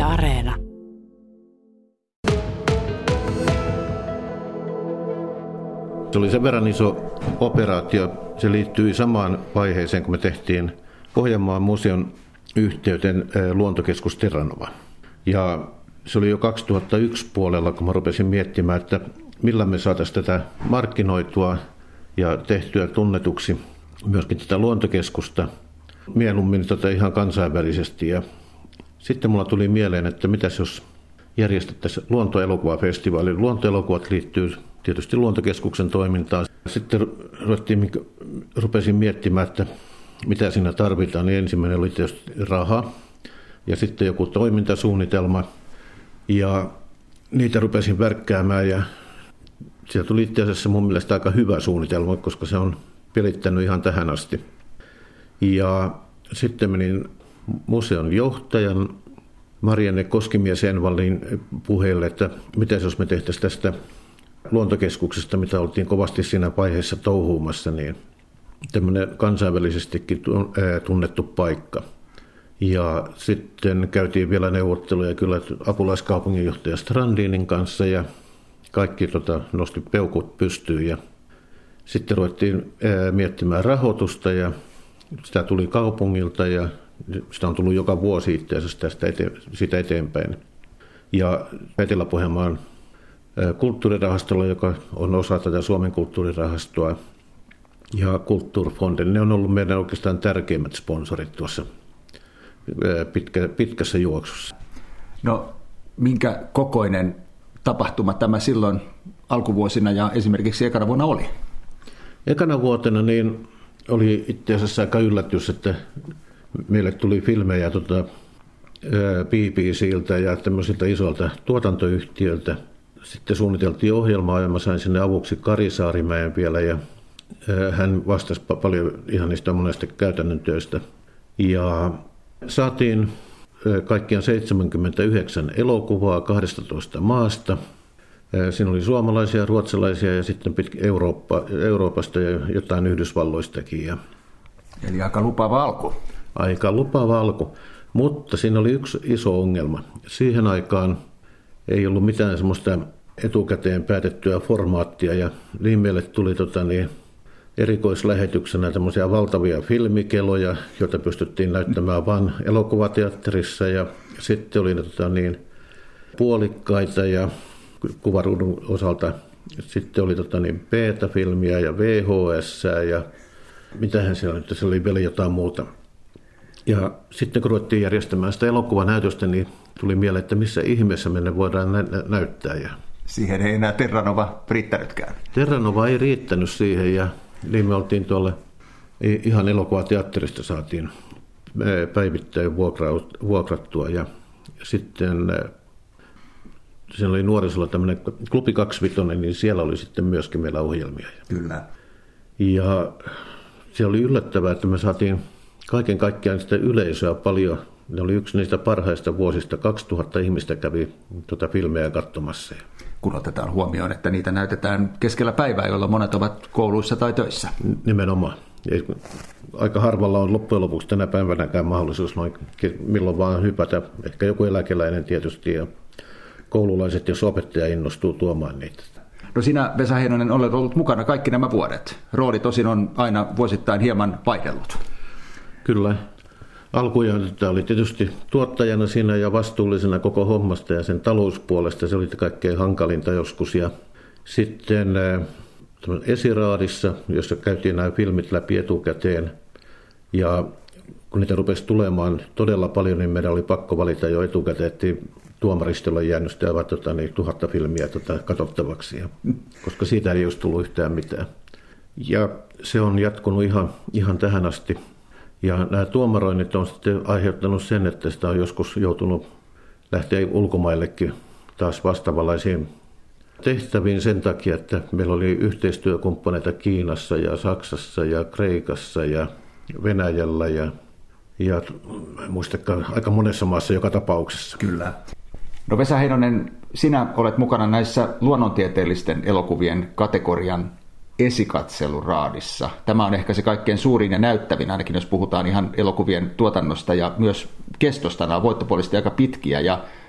Areena. Se oli sen verran iso operaatio. Se liittyi samaan vaiheeseen, kun me tehtiin Pohjanmaan museon yhteyteen luontokeskus Terranova. Ja se oli jo 2001 puolella, kun mä rupesin miettimään, että millä me saataisiin tätä markkinoitua ja tehtyä tunnetuksi myöskin tätä luontokeskusta. Mieluummin ihan kansainvälisesti. Ja sitten mulla tuli mieleen, että mitäs jos järjestettäisiin luontoelokuvafestivaali. Luontoelokuvat liittyy tietysti luontokeskuksen toimintaan. Sitten rupesin miettimään, että mitä siinä tarvitaan. Niin ensimmäinen oli tietysti raha ja sitten joku toimintasuunnitelma. Ja niitä rupesin värkkäämään ja sieltä tuli itse asiassa mun mielestä aika hyvä suunnitelma, koska se on pelittänyt ihan tähän asti. Ja sitten menin museon johtajan Marianne Koskimies-Envallin puheelle, että miten jos me tehtäisiin tästä luontokeskuksesta, mitä oltiin kovasti siinä vaiheessa touhuumassa, niin tämmöinen kansainvälisestikin tunnettu paikka. Ja sitten käytiin vielä neuvotteluja kyllä apulaiskaupunginjohtaja Strandinin kanssa ja kaikki nosti peukut pystyyn ja sitten ruvettiin miettimään rahoitusta ja sitä tuli kaupungilta ja sitä on tullut joka vuosi itse asiassa siitä eteenpäin. Ja Etelä-Pohjanmaan kulttuurirahastolla, joka on osa tätä Suomen kulttuurirahastoa ja Kulturfonden, ne on ollut meidän oikeastaan tärkeimmät sponsorit tuossa pitkässä juoksussa. No, minkä kokoinen tapahtuma tämä silloin alkuvuosina ja esimerkiksi ekana vuonna oli? Ekana vuotena niin oli itse asiassa aika yllätys, että meille tuli filmejä BBC:ltä ja tämmöisiltä isoilta tuotantoyhtiöiltä. Sitten suunniteltiin ohjelmaa ja mä sain sinne avuksi Kari Saarimäen vielä ja hän vastasi paljon ihan niistä monesta käytännön töistä. Ja saatiin kaikkiaan 79 elokuvaa 12 maasta. Siinä oli suomalaisia, ruotsalaisia ja sitten Euroopasta ja jotain Yhdysvalloistakin. Eli aika lupaava alku. Aika lupaava alku, mutta siinä oli yksi iso ongelma. Siihen aikaan ei ollut mitään semmoista etukäteen päätettyä formaattia ja niin meille tuli erikoislähetyksenä tämmöisiä valtavia filmikeloja, joita pystyttiin näyttämään vain elokuvateatterissa ja sitten oli puolikkaita ja kuvaruudun osalta sitten oli beta-filmiä ja VHS ja mitähän siellä nyt, se oli vielä jotain muuta. Ja sitten kun ruvettiin järjestämään sitä elokuvanäytöstä, niin tuli mieleen, että missä ihmeessä me ne voidaan näyttää. Ja siihen ei enää Terranova riittänytkään. Terranova ei riittänyt siihen ja niin me oltiin tuolla ihan elokuvateatterista saatiin päivittäin vuokrattua ja sitten siellä oli nuorisolla tämmöinen Klubi 25, niin siellä oli sitten myöskin meillä ohjelmia. Kyllä. Ja se oli yllättävää, että me saatiin kaiken kaikkiaan sitä yleisöä paljon. Ne oli yksi niistä parhaista vuosista. 2000 ihmistä kävi filmejä katsomassa. Kun otetaan huomioon, että niitä näytetään keskellä päivää, jolla monet ovat kouluissa tai töissä. Nimenomaan. Aika harvalla on loppujen lopuksi tänä päivänäkään mahdollisuus milloin vaan hypätä. Ehkä joku eläkeläinen tietysti ja koululaiset, jos opettaja innostuu tuomaan niitä. No sinä, Vesa Heinonen, olet ollut mukana kaikki nämä vuodet. Rooli tosin on aina vuosittain hieman vaihdellut. Kyllä. Alkujaan oli tietysti tuottajana siinä ja vastuullisena koko hommasta ja sen talouspuolesta. Se oli kaikkein hankalinta joskus. Ja sitten esiraadissa, jossa käytiin nämä filmit läpi etukäteen. Ja kun niitä rupesi tulemaan todella paljon, niin meidän oli pakko valita jo etukäteen, että tuomaristolla jäänyt sitä 1000 filmiä katsottavaksi, koska siitä ei olisi tullut yhtään mitään. Ja se on jatkunut ihan tähän asti. Ja nämä tuomaroinnit on sitten aiheuttanut sen, että sitä on joskus joutunut lähteä ulkomaillekin taas vastaavanlaisiin tehtäviin sen takia, että meillä oli yhteistyökumppaneita Kiinassa ja Saksassa ja Kreikassa ja Venäjällä ja muistakaan aika monessa maassa joka tapauksessa. Kyllä. No Vesa Heinonen, sinä olet mukana näissä luonnontieteellisten elokuvien kategorian esikatseluraadissa. Tämä on ehkä se kaikkein suurin ja näyttävin, ainakin jos puhutaan ihan elokuvien tuotannosta ja myös kestosta. Nämä on voittopuolisesti aika pitkiä ja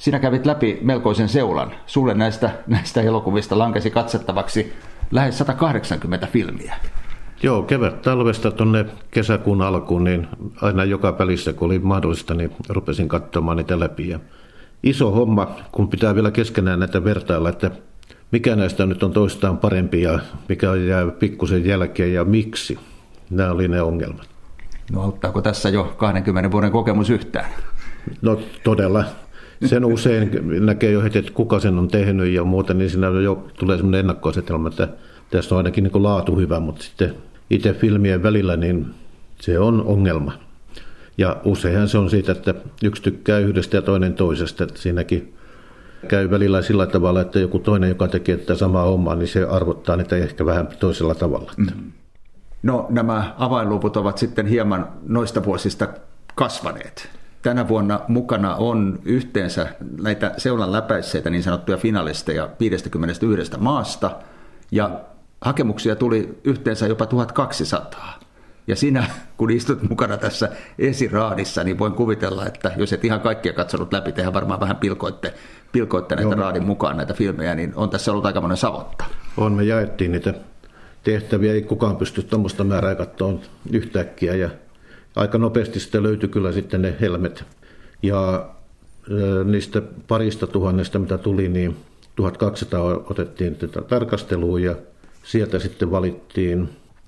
sinä kävit läpi melkoisen seulan. Sulle näistä elokuvista lankesi katsettavaksi lähes 180 filmiä. Joo, kevät-talvesta tuonne kesäkuun alkuun, niin aina joka välissä, kun oli mahdollista, niin rupesin katsomaan niitä läpi. Ja iso homma, kun pitää vielä keskenään näitä vertailla, että mikä näistä nyt on toistaan parempi ja mikä jää pikkusen jälkeen ja miksi. Nämä oli ne ongelmat. No auttaako tässä jo 20 vuoden kokemus yhtään? No todella. Sen usein näkee jo heti, että kuka sen on tehnyt ja muuta, niin siinä jo tulee sellainen ennakkoasetelma, että tässä on ainakin niin kuin laatu hyvä, mutta sitten itse filmien välillä niin se on ongelma. Ja useinhan se on siitä, että yksi tykkää yhdestä ja toinen toisesta, että siinäkin käy välillä sillä tavalla, että joku toinen, joka tekee tätä samaa hommaa, niin se arvottaa niitä ehkä vähän toisella tavalla. No nämä avainluvut ovat sitten hieman noista vuosista kasvaneet. Tänä vuonna mukana on yhteensä näitä seulan läpäisseitä niin sanottuja finalisteja 51 maasta, ja hakemuksia tuli yhteensä jopa 1200. Ja sinä, kun istut mukana tässä esiraadissa, niin voin kuvitella, että jos et ihan kaikkia katsonut läpi, tehän varmaan vähän pilkoitte näitä raadin mukaan näitä filmejä, niin on tässä ollut aikamoinen savotta. Me jaettiin niitä tehtäviä, ei kukaan pysty tuommoista määrää katsomaan yhtäkkiä, ja aika nopeasti sitten löytyi kyllä sitten ne helmet. Ja niistä parista tuhannesta, mitä tuli, niin 1200 otettiin tätä tarkasteluun, ja sieltä sitten valittiin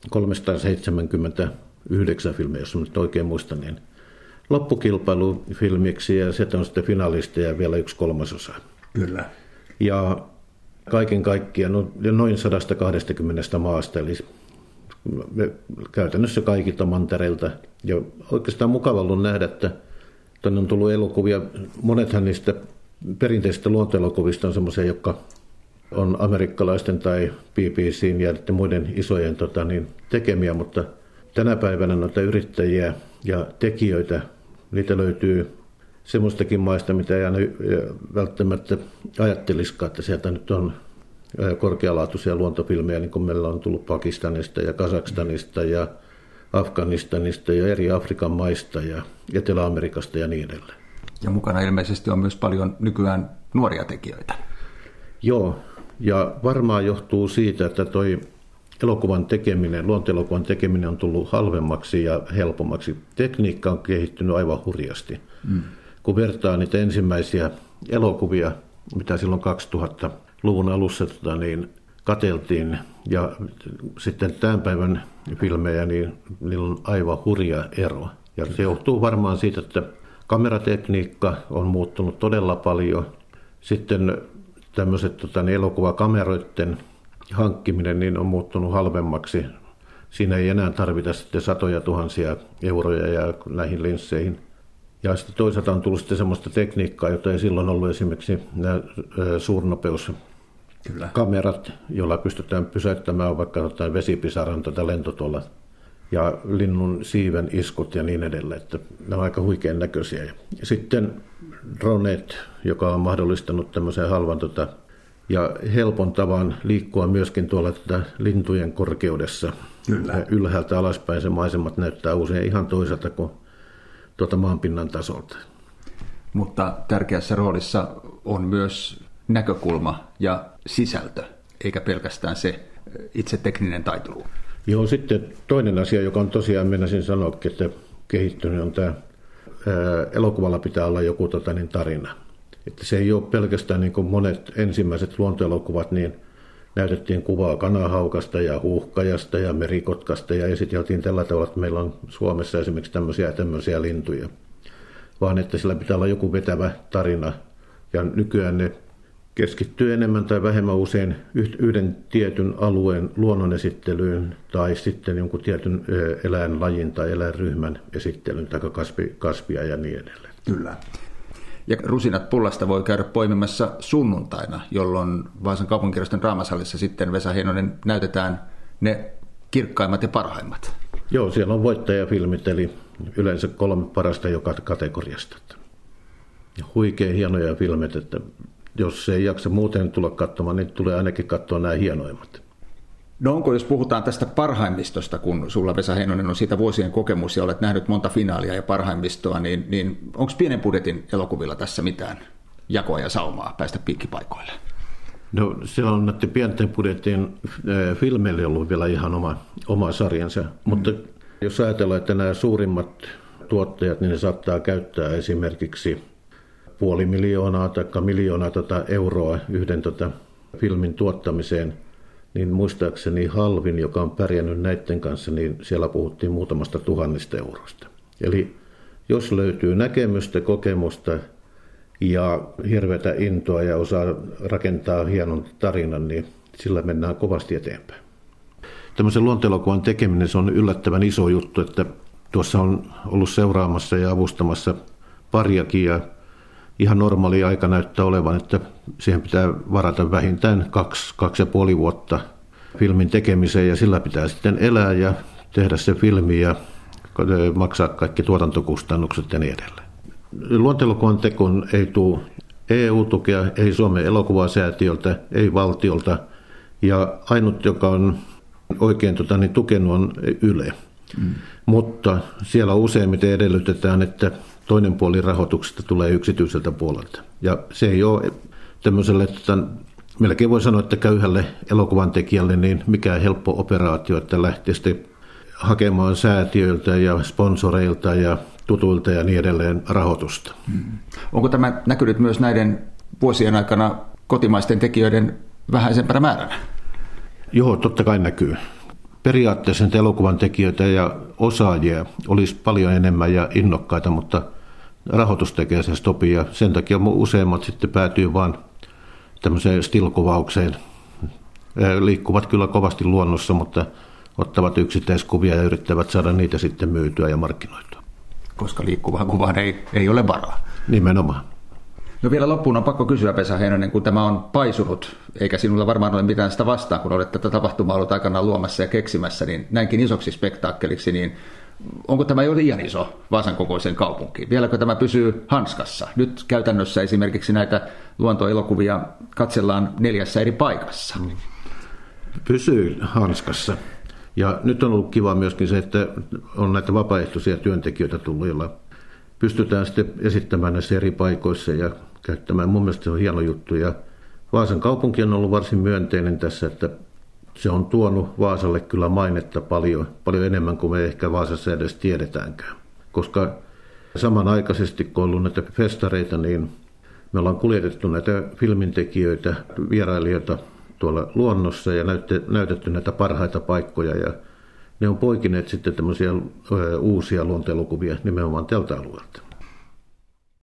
379 filmiä, jos nyt oikein muistan, niin loppukilpailufilmiksi, ja sieltä on sitten finalisteja vielä 1/3. Kyllä. Ja kaiken kaikkiaan noin 120 maasta, eli käytännössä kaikilta mantereilta. Ja oikeastaan mukava ollut nähdä, että tuonne on tullut elokuvia. Monethan niistä perinteisistä luontoelokuvista on semmoisia, jotka on amerikkalaisten tai BBC:n ja muiden isojen tekemiä, mutta tänä päivänä noita yrittäjiä ja tekijöitä, niitä löytyy semmoistakin maista, mitä ei aina välttämättä ajattelisikaan, että sieltä nyt on korkealaatuisia luontofilmejä, niin kuin meillä on tullut Pakistanista ja Kazakstanista ja Afganistanista ja eri Afrikan maista ja Etelä-Amerikasta ja niin edelleen. Ja mukana ilmeisesti on myös paljon nykyään nuoria tekijöitä. Joo, ja varmaan johtuu siitä, että toi elokuvan tekeminen, luontoelokuvan tekeminen on tullut halvemmaksi ja helpommaksi. Tekniikka on kehittynyt aivan hurjasti. Kun vertaa niitä ensimmäisiä elokuvia, mitä silloin 2000-luvun alussa niin katseltiin, ja sitten tämän päivän filmejä, niin niillä on aivan hurja ero. Ja se johtuu varmaan siitä, että kameratekniikka on muuttunut todella paljon. Sitten tämmöiset elokuvakameroiden hankkiminen niin on muuttunut halvemmaksi. Siinä ei enää tarvita sitten satoja tuhansia euroja ja näihin linsseihin. Ja sitten toisaalta on tullut sitten semmoista tekniikkaa, jota ei silloin ollut, esimerkiksi nämä suurnopeuskamerat, joilla pystytään pysäyttämään vaikka vesipisaran lentotuolla ja linnun siiven iskut ja niin edelleen. Että ne on aika huikean näköisiä. Ja sitten dronet, joka on mahdollistanut tämmöisen halvan ja helpon tavan liikkua myöskin tuolla lintujen korkeudessa. Kyllä. Ylhäältä alaspäin se maisemat näyttää usein ihan toiselta kuin maanpinnan tasolta. Mutta tärkeässä roolissa on myös näkökulma ja sisältö, eikä pelkästään se itse tekninen taitelu. Joo, sitten toinen asia, joka on tosiaan, meinasin sanoa, että kehittynyt, on tämä elokuvalla pitää olla joku tarina. Että se ei ole pelkästään niin kuin monet ensimmäiset luontoelokuvat, niin näytettiin kuvaa kanahaukasta ja huuhkajasta ja merikotkasta ja esiteltiin tällä tavalla, että meillä on Suomessa esimerkiksi tämmöisiä lintuja. Vaan että sillä pitää olla joku vetävä tarina, ja nykyään ne keskittyy enemmän tai vähemmän usein yhden tietyn alueen luonnonesittelyyn tai sitten jonkun tietyn eläinlajin tai eläinryhmän esittelyyn tai kasvia ja niin edelleen. Kyllä. Ja rusinat pullasta voi käydä poimimassa sunnuntaina, jolloin Vaasan kaupunkikirjaston Draamasallissa sitten, Vesa Heinonen, näytetään ne kirkkaimmat ja parhaimmat. Joo, siellä on voittajafilmit, eli yleensä 3 parasta joka kategoriasta. Ja huikein hienoja filmit, että jos ei jaksa muuten tulla katsomaan, niin tulee ainakin katsoa nämä hienoimmat. No onko, jos puhutaan tästä parhaimmistosta, kun sulla, Vesa Heinonen, on siitä vuosien kokemus ja olet nähnyt monta finaalia ja parhaimmistoa, niin onko pienen budjetin elokuvilla tässä mitään jakoa ja saumaa päästä piikkipaikoille? No siellä on näiden pienten budjettien filmeille ollut vielä ihan oma sarjansa, mutta jos ajatellaan, että nämä suurimmat tuottajat, niin ne saattaa käyttää esimerkiksi 500 000 tai 1 miljoonaa euroa yhden filmin tuottamiseen, niin muistaakseni halvin, joka on pärjännyt näiden kanssa, niin siellä puhuttiin muutamasta 1000 eurosta. Eli jos löytyy näkemystä, kokemusta ja hirveätä intoa ja osaa rakentaa hienon tarinan, niin sillä mennään kovasti eteenpäin. Tämmöisen luontoelokuvan tekeminen se on yllättävän iso juttu, että tuossa on ollut seuraamassa ja avustamassa pariakin ja ihan normaali aika näyttää olevan, että siihen pitää varata vähintään 2,5 vuotta filmin tekemiseen ja sillä pitää sitten elää ja tehdä se filmi ja maksaa kaikki tuotantokustannukset ja niin edelleen. Luontoelokuvan tekoon ei tule EU-tukea, ei Suomen elokuvasäätiöltä, ei valtiolta ja ainut, joka on oikein tukenut on Yle. Mutta siellä useimmiten edellytetään, että toinen puoli rahoituksesta tulee yksityiseltä puolelta. Ja se ei ole tämmöiselle, melkein voi sanoa, että köyhälle elokuvan tekijälle niin mikään helppo operaatio, että lähtee sitten hakemaan säätiöiltä ja sponsoreilta ja tutuilta ja niin edelleen rahoitusta. Onko tämä näkynyt myös näiden vuosien aikana kotimaisten tekijöiden vähäisempänä määränä? Joo, totta kai näkyy. Periaatteessa elokuvan tekijöitä ja osaajia olisi paljon enemmän ja innokkaita, mutta rahoitus tekee sen stopin ja sen takia useimmat sitten päätyy vaan tämmöiseen still-kuvaukseen. Liikkuvat kyllä kovasti luonnossa, mutta ottavat yksittäiskuvia ja yrittävät saada niitä sitten myytyä ja markkinoitua. Koska liikkuvaan kuvaan ei ole varaa. Nimenomaan. No vielä loppuun on pakko kysyä, Vesa Heinonen, kun tämä on paisunut, eikä sinulla varmaan ole mitään sitä vastaan, kun olet tätä tapahtumaa ollut aikanaan luomassa ja keksimässä, niin näinkin isoksi spektaakkeliksi, niin onko tämä jo liian iso Vaasan kokoisen kaupunkiin? Vieläkö tämä pysyy hanskassa? Nyt käytännössä esimerkiksi näitä luontoelokuvia katsellaan 4 eri paikassa. Pysyy hanskassa. Ja nyt on ollut kiva myöskin se, että on näitä vapaaehtoisia työntekijöitä tullut, joilla pystytään sitten esittämään näissä eri paikoissa ja käyttämään. Mun mielestä se on hieno juttu. Ja Vaasan kaupunki on ollut varsin myönteinen tässä, että se on tuonut Vaasalle kyllä mainetta paljon enemmän kuin me ehkä Vaasassa edes tiedetäänkään. Koska samanaikaisesti, kun on ollut näitä festareita, niin me ollaan kuljetettu näitä filmintekijöitä, vierailijoita tuolla luonnossa ja näytetty näitä parhaita paikkoja. Ja ne on poikineet sitten tämmöisiä uusia luontoelokuvia nimenomaan tältä alueelta.